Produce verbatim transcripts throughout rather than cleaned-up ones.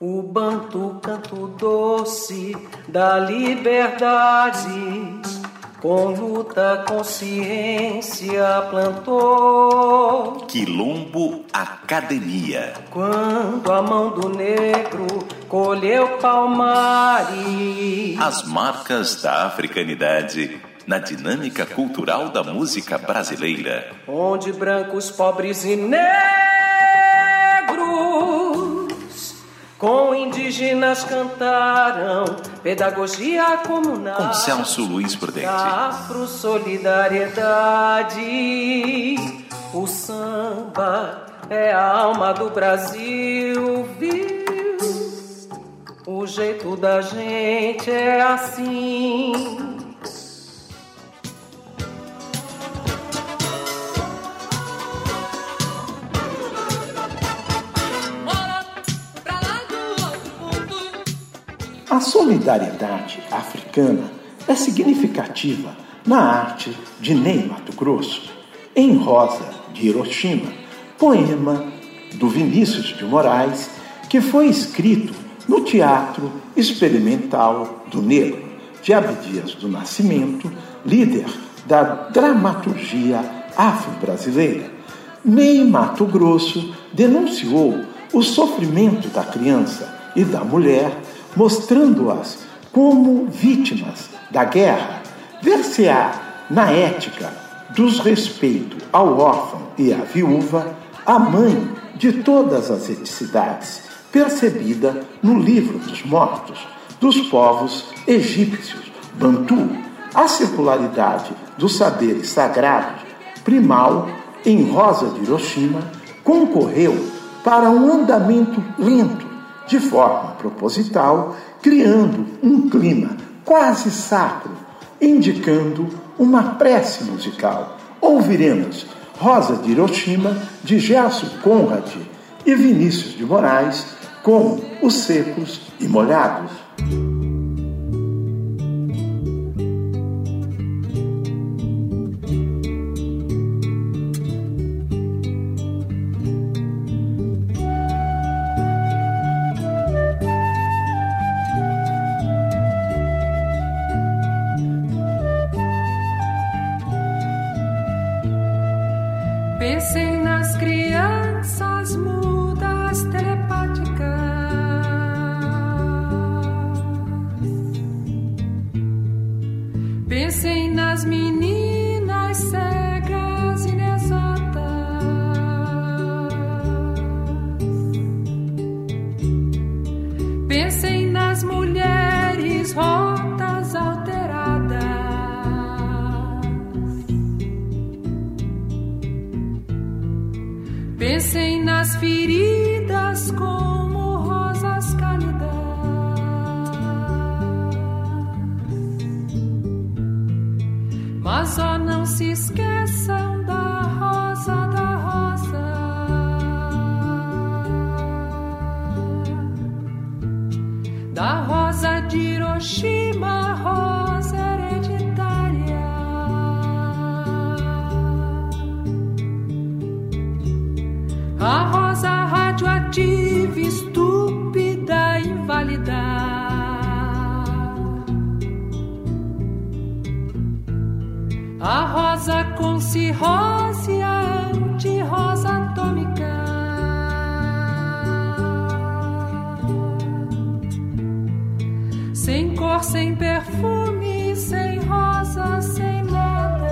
O banto, canto doce da liberdade, com luta, consciência plantou. Quilombo Academia. Quando a mão do negro colheu palmares. As marcas da africanidade na dinâmica cultural da música brasileira. Onde brancos, pobres e negros, com indígenas cantaram pedagogia comunal. Com Celso Luiz Prudente. Afro-solidariedade. O samba é a alma do Brasil, viu? O jeito da gente é assim. A solidariedade africana é significativa na arte de Ney Matogrosso, em Rosa de Hiroshima, poema do Vinícius de Moraes, que foi escrito no Teatro Experimental do Negro, de Abdias do Nascimento, líder da dramaturgia afro-brasileira. Ney Matogrosso denunciou o sofrimento da criança e da mulher, mostrando-as como vítimas da guerra. Ver-se-á na ética dos respeito ao órfão e à viúva a mãe de todas as eticidades, percebida no livro dos mortos dos povos egípcios, bantu. A circularidade dos saberes sagrados, primal em Rosa de Hiroshima, concorreu para um andamento lento, de forma proposital, criando um clima quase sacro, indicando uma prece musical. Ouviremos Rosa de Hiroshima, de Gerson Conrad e Vinícius de Moraes, com Os Secos e Molhados. Pensem nas crianças mudas telepáticas. Pensem nas meninas cegas inexatas. Pensem nas mulheres rotas, alteradas. Pensem nas feridas como rosas cálidas. Mas ó, não se esqueçam da rosa, da rosa. Da rosa de Hiroshima, rosa hereditária. A rosa radioativa, estúpida, inválida. A rosa com cirrose, a anti-rosa atômica. Sem cor, sem perfume, sem rosa, sem nada.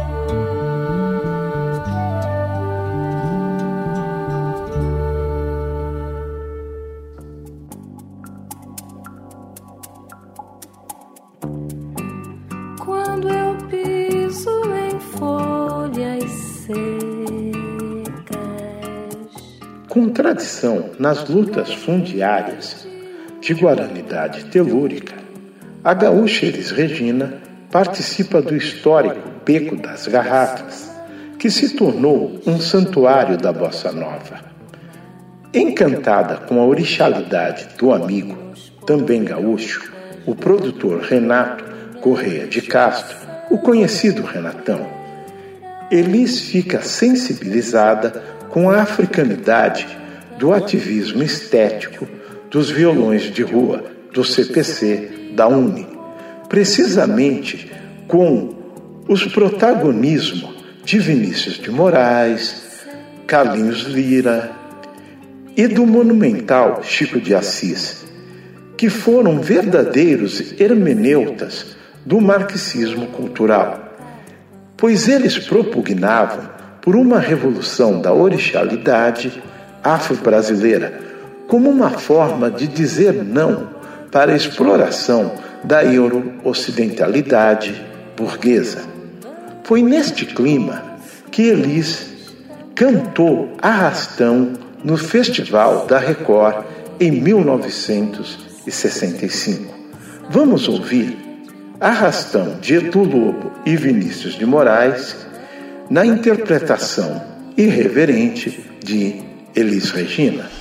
Quando eu piso em folhas secas. Com tradição nas lutas fundiárias de guaranidade telúrica, a gaúcha Elis Regina participa do histórico Beco das Garrafas, que se tornou um santuário da bossa nova. Encantada com a orixalidade do amigo, também gaúcho, o produtor Renato Correia de Castro, o conhecido Renatão, Elis fica sensibilizada com a africanidade do ativismo estético dos violões de rua do C P C da UNE, precisamente com os protagonismos de Vinícius de Moraes, Carlinhos Lira e do monumental Chico de Assis, que foram verdadeiros hermeneutas do marxismo cultural, pois eles propugnavam por uma revolução da orixalidade afro-brasileira como uma forma de dizer não para a exploração da euro-ocidentalidade burguesa. Foi neste clima que Elis cantou Arrastão no Festival da Record em mil novecentos e sessenta e cinco. Vamos ouvir Arrastão de Edu Lobo e Vinícius de Moraes na interpretação irreverente de Elis Regina.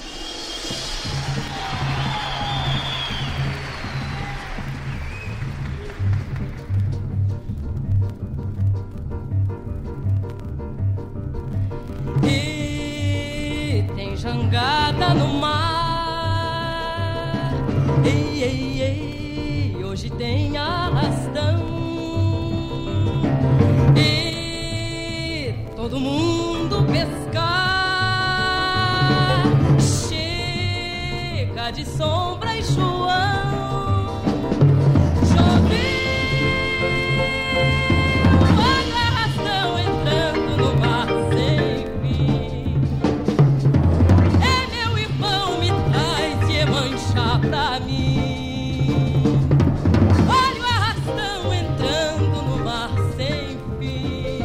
E tem jangada no mar, ei, ei, ei, hoje tem arrastão, e todo mundo pescar, chega de sombra e João, chover. Pra mim, olha o arrastão entrando no mar sem fim.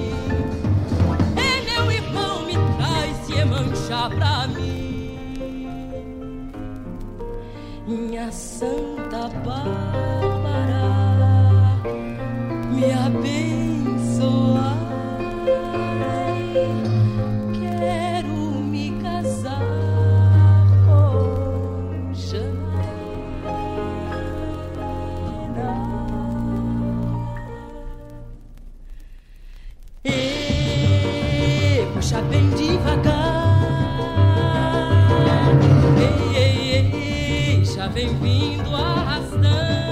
É meu irmão, me traz e mancha pra mim. Minha Santa Bárbara, me abençoa. Quero me casar. Puxa bem devagar, ei, ei, ei, já vem vindo arrastão,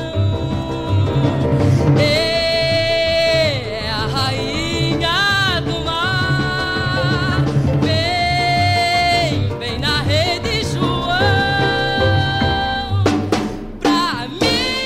é a rainha do mar, vem, vem na rede João, pra mim.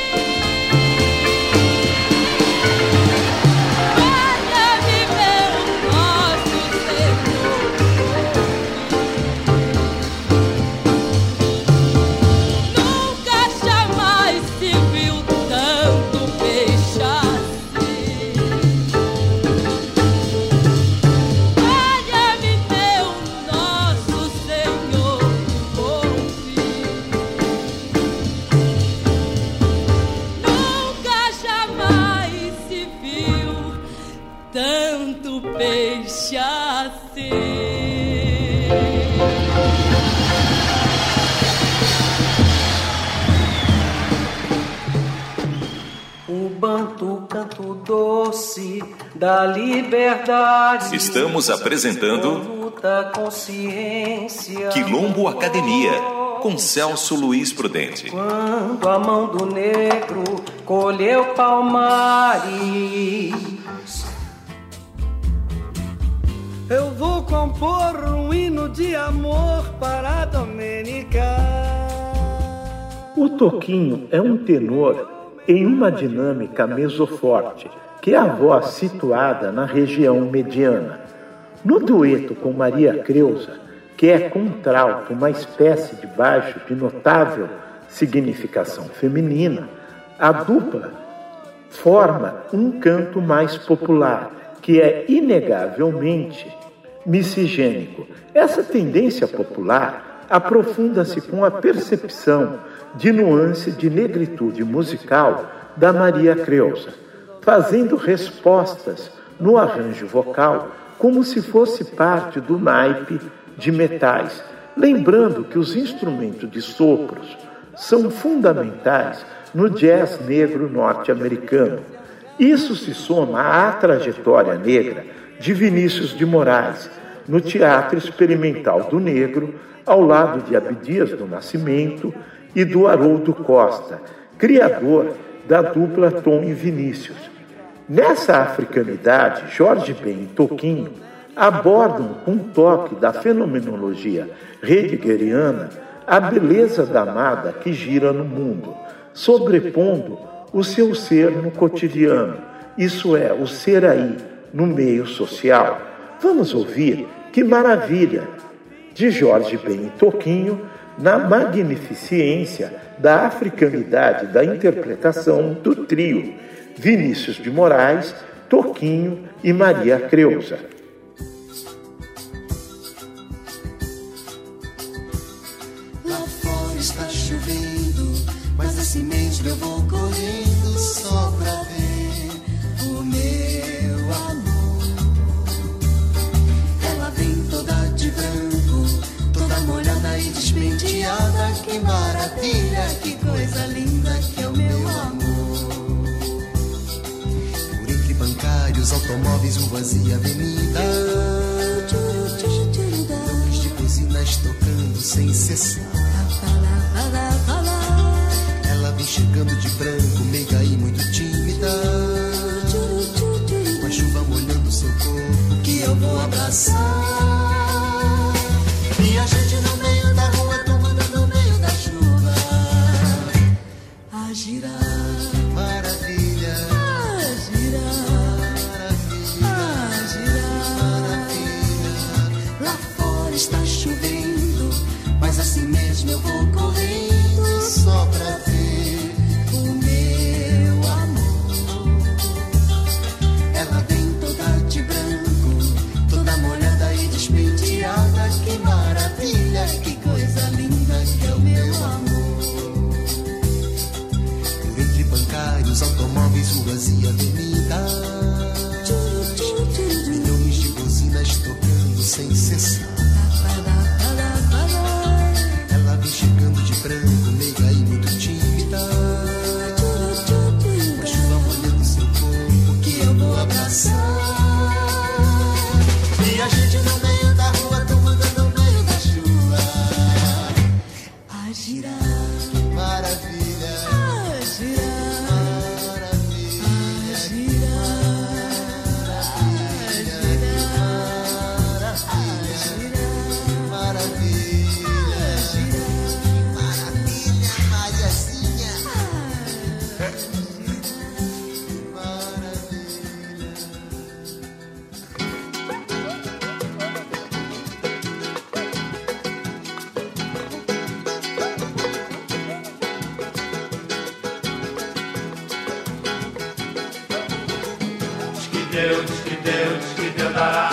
Tanto peixe assim. O banto, canto doce da liberdade. Estamos apresentando luta, consciência, Quilombo Academia, com Celso Luiz Prudente. Quando a mão do negro colheu palmares, eu vou compor um hino de amor para a Domênica. O toquinho é um tenor em uma dinâmica mesoforte, que é a voz situada na região mediana. No dueto com Maria Creuza, que é contralto, uma espécie de baixo de notável significação feminina, a dupla forma um canto mais popular, que é inegavelmente miscigênico. Essa tendência popular aprofunda-se com a percepção de nuance de negritude musical da Maria Creuza, fazendo respostas no arranjo vocal como se fosse parte do naipe de metais, lembrando que os instrumentos de sopros são fundamentais no jazz negro norte-americano. Isso se soma à trajetória negra de Vinícius de Moraes, no Teatro Experimental do Negro, ao lado de Abdias do Nascimento e do Haroldo Costa, criador da dupla Tom e Vinícius. Nessa africanidade, Jorge Ben e Toquinho abordam com um toque da fenomenologia heideggeriana a beleza da amada que gira no mundo, sobrepondo o seu ser no cotidiano, isso é, o ser aí, no meio social. Vamos ouvir Que Maravilha, de Jorge Ben e Toquinho, na magnificência da africanidade da interpretação do trio Vinícius de Moraes, Toquinho e Maria Creuza. Lá fora está chovendo, mas assim mesmo eu vou correndo só pra ver o meu amor. Ela vem toda de branco, toda molhada e despenteada. Que maravilha, que coisa linda que é o meu amor. Por entre bancários, automóveis, ruas e avenidas, luz de buzinas tocando sem cessar. Ela vem chegando de branco, meiga e muito tímida, com a chuva molhando seu corpo que eu vou abraçar. E a gente no meio da rua tomando no meio da chuva a girar. Maravilha, a girar, maravilha, a girar, maravilha. Lá fora está chovendo, mas assim mesmo eu vou correndo só pra ver o meu amor. Ela vem toda de branco, toda molhada e despenteada. Que maravilha, que coisa linda que é o meu amor. Por entre bancários, automóveis, ruas e avenidas, milhões de buzinas tocando sem cessar. Ela vem chegando de branco, meiga e muito tímida, com a chuva molhando seu corpo que eu vou abraçar. E a gente no meio da rua tomando no meio da chuva a girar. Maravilha, a girar, maravilha, a girar, a girar, a girar, maravilha, a girar, maravilha, Mariazinha, maravilha. Diz que deu, diz que deu, diz que deu dará.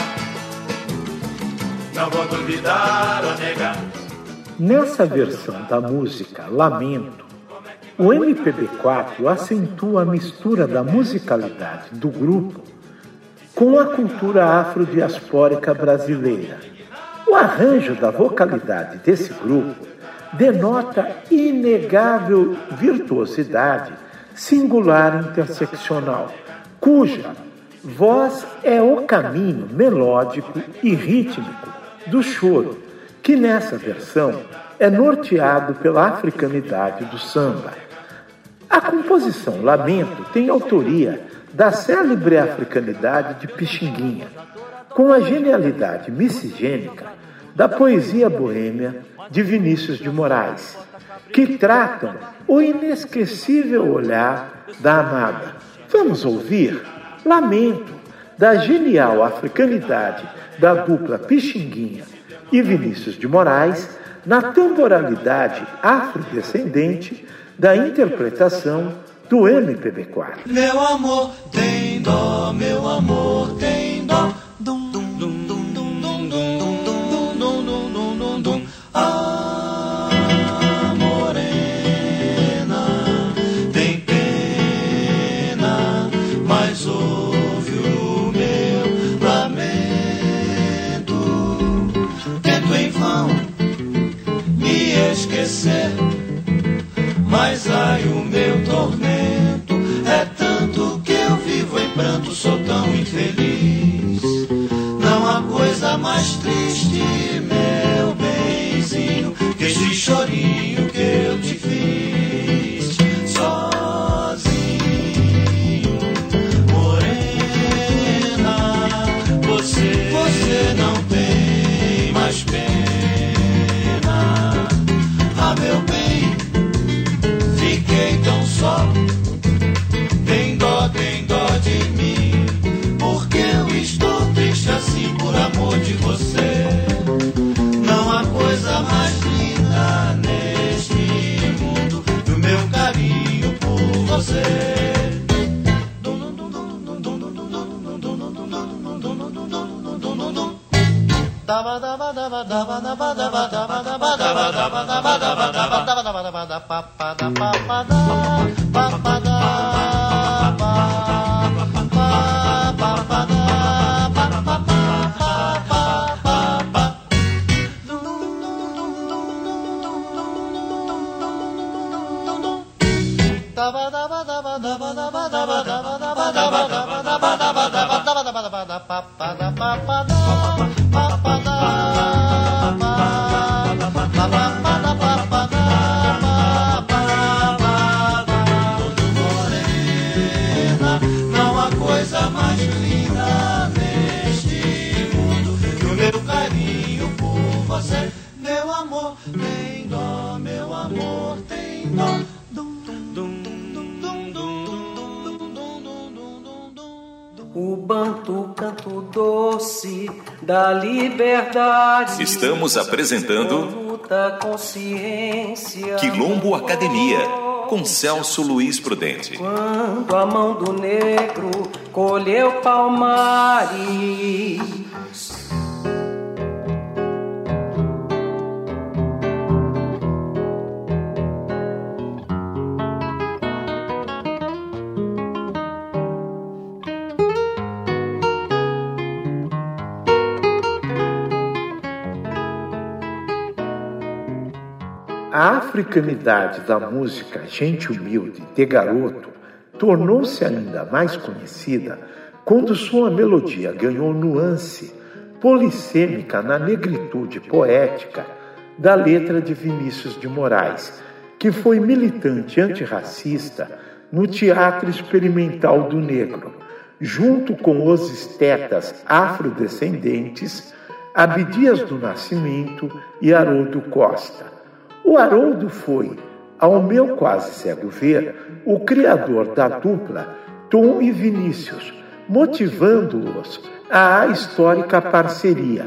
Não vou duvidar ou negar. Nessa versão da música Lamento, o M P B quatro acentua a mistura da musicalidade do grupo com a cultura afrodiaspórica brasileira. O arranjo da vocalidade desse grupo denota inegável virtuosidade singular interseccional, cuja voz é o caminho melódico e rítmico do choro, que nessa versão é norteado pela africanidade do samba. A composição Lamento tem autoria da célebre africanidade de Pixinguinha, com a genialidade miscigênica da poesia boêmia de Vinícius de Moraes, que tratam o inesquecível olhar da amada. Vamos ouvir Lamento, da genial africanidade da dupla Pixinguinha e Vinícius de Moraes, na temporalidade afrodescendente da interpretação do M P B quatro. Meu amor tem dó, meu amor tem dó. Dum, dum, dum, dum, dum, dum, dum, dum, dum, dum, dum, dum, dum. Ah, morena, tem pena, mas ouve o meu lamento. Tento em vão me esquecer, mas ai o meu tormento é tanto que eu vivo em pranto, sou tão infeliz. Não há coisa coisa mais triste, meu benzinho, que este chorinho que eu te fiz sozinho. Morena, você, você não tem mais pena. Ah, meu bem, fiquei tão só. Tem dó, tem dó de mim, porque eu estou triste assim por amor de você. Não há coisa mais linda neste mundo do meu carinho por você. Não há coisa mais linda neste mundo do meu carinho por você. Meu amor tem dó, meu amor tem dó. O banto, canto doce da liberdade. Estamos apresentando luta, consciência, Quilombo Academia, com Celso Luiz Prudente. Quando a mão do negro colheu palmares. A africanidade da música Gente Humilde de Garoto tornou-se ainda mais conhecida quando sua melodia ganhou nuance polissêmica na negritude poética da letra de Vinícius de Moraes, que foi militante antirracista no Teatro Experimental do Negro, junto com os estetas afrodescendentes Abdias do Nascimento e Haroldo Costa. O Haroldo foi, ao meu quase cego ver, o criador da dupla Tom e Vinícius, motivando-os à histórica parceria.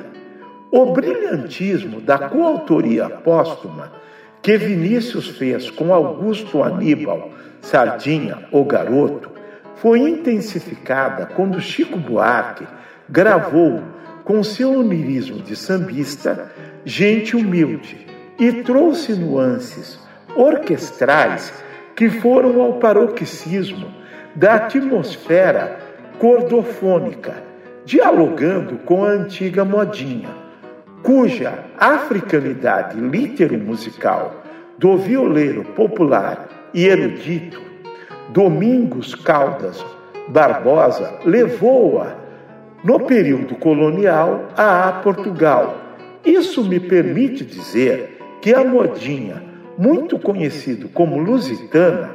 O brilhantismo da coautoria póstuma que Vinícius fez com Augusto Aníbal Sardinha, o Garoto, foi intensificada quando Chico Buarque gravou, com seu onirismo de sambista, Gente Humilde, e trouxe nuances orquestrais que foram ao paroxismo da atmosfera cordofônica, dialogando com a antiga modinha, cuja africanidade litero-musical do violeiro popular e erudito Domingos Caldas Barbosa levou-a, no período colonial, a Portugal. Isso me permite dizer que a modinha, muito conhecido como lusitana,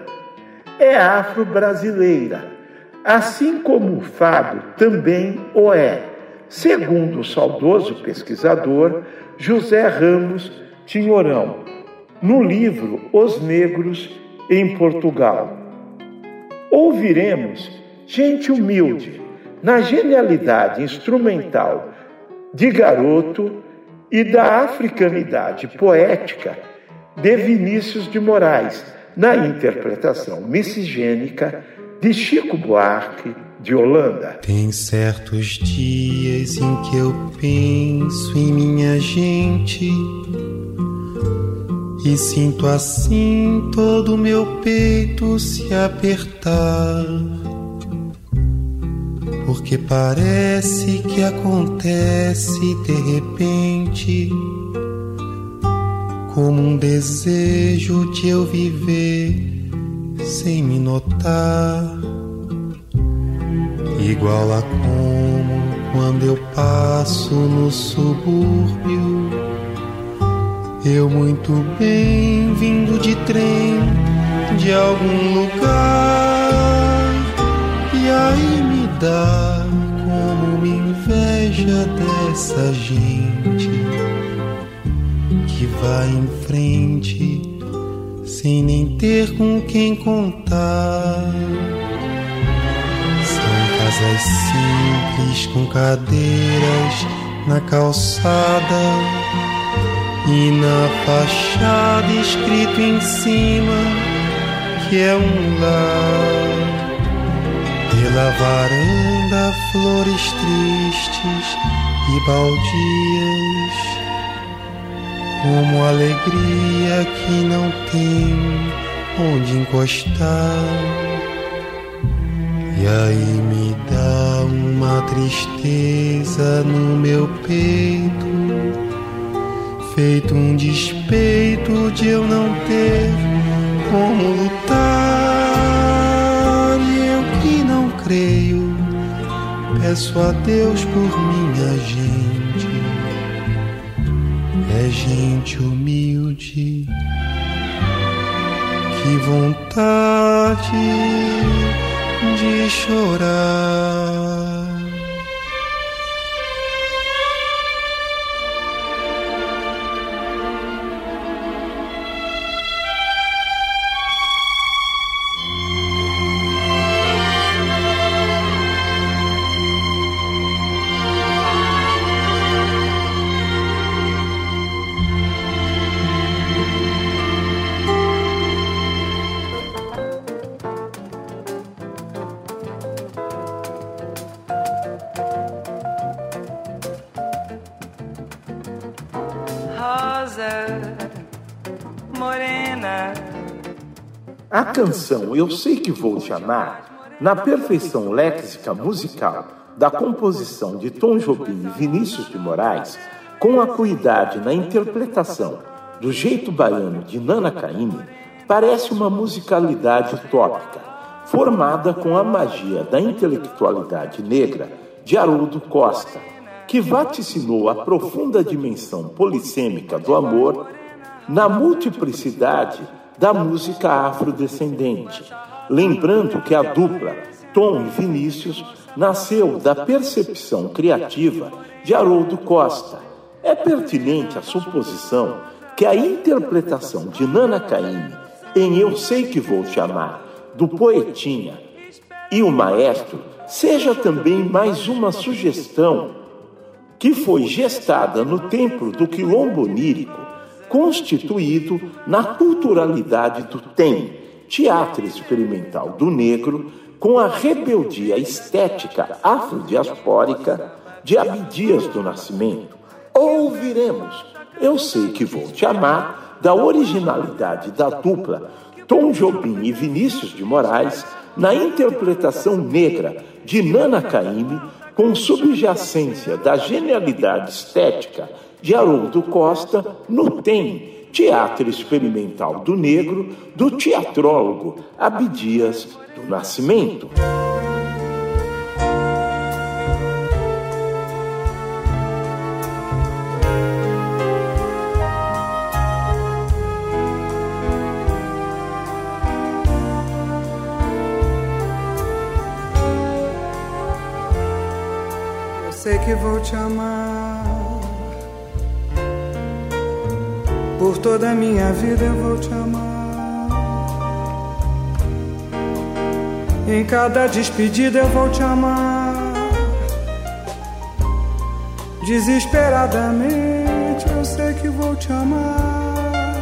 é afro-brasileira, assim como o fado também o é, segundo o saudoso pesquisador José Ramos Tinhorão, no livro Os Negros em Portugal. Ouviremos Gente Humilde, na genialidade instrumental de Garoto e da africanidade poética de Vinícius de Moraes, na interpretação miscigênica de Chico Buarque de Holanda. Tem certos dias em que eu penso em minha gente e sinto assim todo o meu peito se apertar, porque parece que acontece de repente, como um desejo de eu viver sem me notar, igual a como quando eu passo no subúrbio. Eu muito bem vindo de trem de algum lugar, e aí me dá como uma inveja dessa gente que vai em frente sem nem ter com quem contar. São casas simples com cadeiras na calçada e na fachada escrito em cima que é um lar. Pela varanda flores tristes e baldias, como alegria que não tem onde encostar. E aí me dá uma tristeza no meu peito, feito um despeito de eu não ter como lutar. E eu que não creio, peço a Deus por minha gente. É gente humilde, que vontade de chorar. A canção Eu Sei Que Vou Te Amar, na perfeição léxica musical da composição de Tom Jobim e Vinícius de Moraes, com acuidade na interpretação do jeito baiano de Nana Caymmi, parece uma musicalidade utópica, formada com a magia da intelectualidade negra de Haroldo Costa, que vaticinou a profunda dimensão polissêmica do amor na multiplicidade da música afrodescendente, lembrando que a dupla Tom e Vinícius nasceu da percepção criativa de Haroldo Costa. É pertinente a suposição que a interpretação de Nana Caymmi em Eu Sei Que Vou Te Amar, do Poetinha e o Maestro, seja também mais uma sugestão que foi gestada no templo do quilombo onírico, constituído na culturalidade do T E M, Teatro Experimental do Negro, com a rebeldia estética afrodiaspórica de Abdias do Nascimento. Ouviremos Eu Sei Que Vou Te Amar, da originalidade da dupla Tom Jobim e Vinícius de Moraes, na interpretação negra de Nana Caymmi, com subjacência da genialidade estética de Haroldo Costa no T E M, Teatro Experimental do Negro, do teatrólogo Abdias do Nascimento. Eu sei que vou te amar, por toda a minha vida eu vou te amar. Em cada despedida eu vou te amar. Desesperadamente eu sei que vou te amar.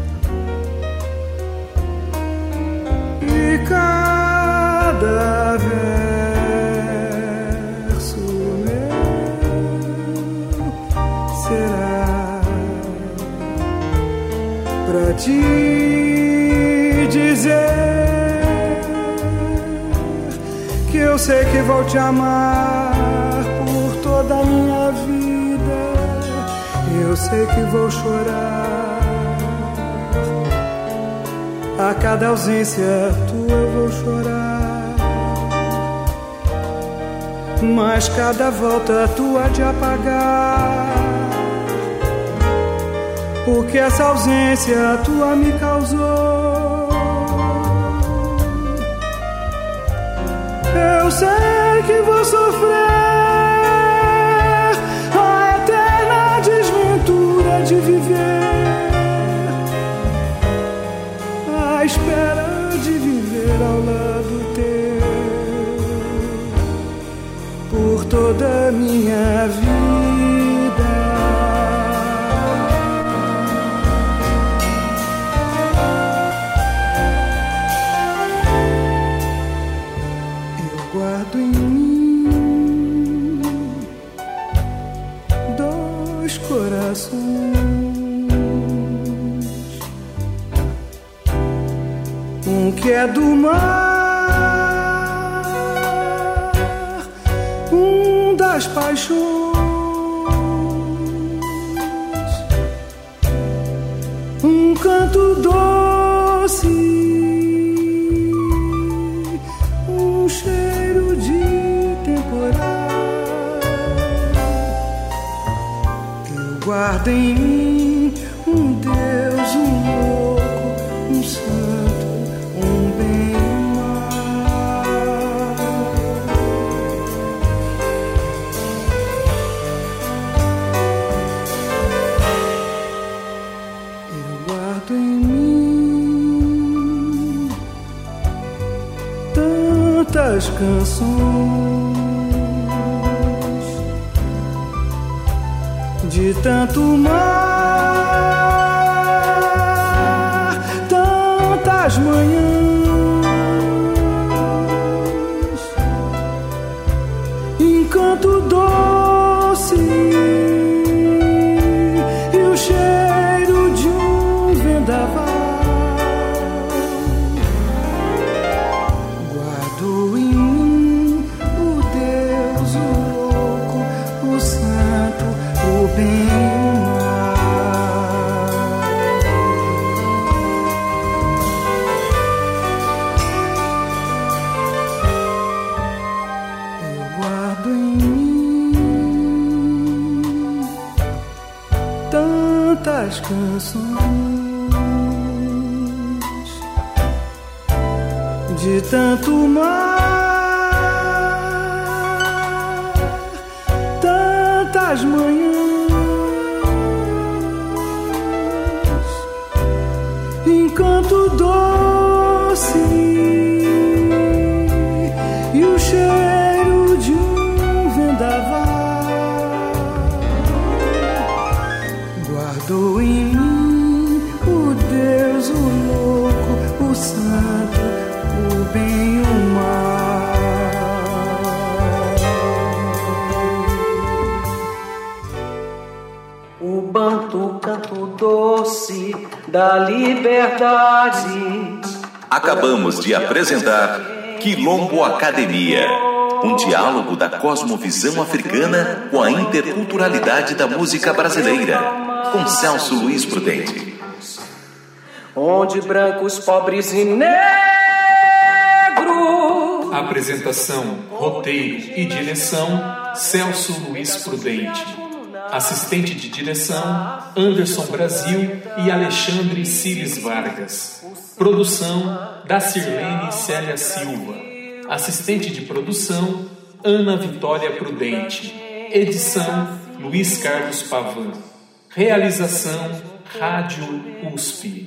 E cada verso meu será pra te dizer que eu sei que vou te amar por toda a minha vida. Eu sei que vou chorar a cada ausência tua, eu vou chorar. mas cada volta tua de apagar o que essa ausência tua me causou. Eu sei que vou sofrer a eterna desventura de viver, à espera de viver ao lado teu por toda a minha vida. Eu guardo em mim dois corações, um que é do mar, um das paixões, um canto doce, um cheiro de temporal. Eu guardo em mim um Deus, um louco, um santo, um bem e um mal. Eu guardo em mim tantas canções de tanto mar, tantas manhãs, encanto doce e o cheiro de um vendaval. Guardo em mim o Deus, o louco, o santo, o bem e o mal. Eu guardo em mim tantas canções de tanto mar, tantas manhãs, encanto doce e o cheiro de um vendaval. Guardo em mim o Deus, o louco, o santo, o bem e o mal. O banto, canto doce da liberdade. Acabamos de apresentar Quilombo Academia, um diálogo da cosmovisão africana com a interculturalidade da música brasileira, com Celso Luiz Prudente. Onde brancos, pobres e negros. Apresentação, roteiro e direção, Celso Luiz Prudente. Assistente de direção, Anderson Brasil e Alexandre Cires Vargas. Produção, Dacirlene Célia Silva. Assistente de produção, Ana Vitória Prudente. Edição, Luiz Carlos Pavan. Realização, Rádio U S P.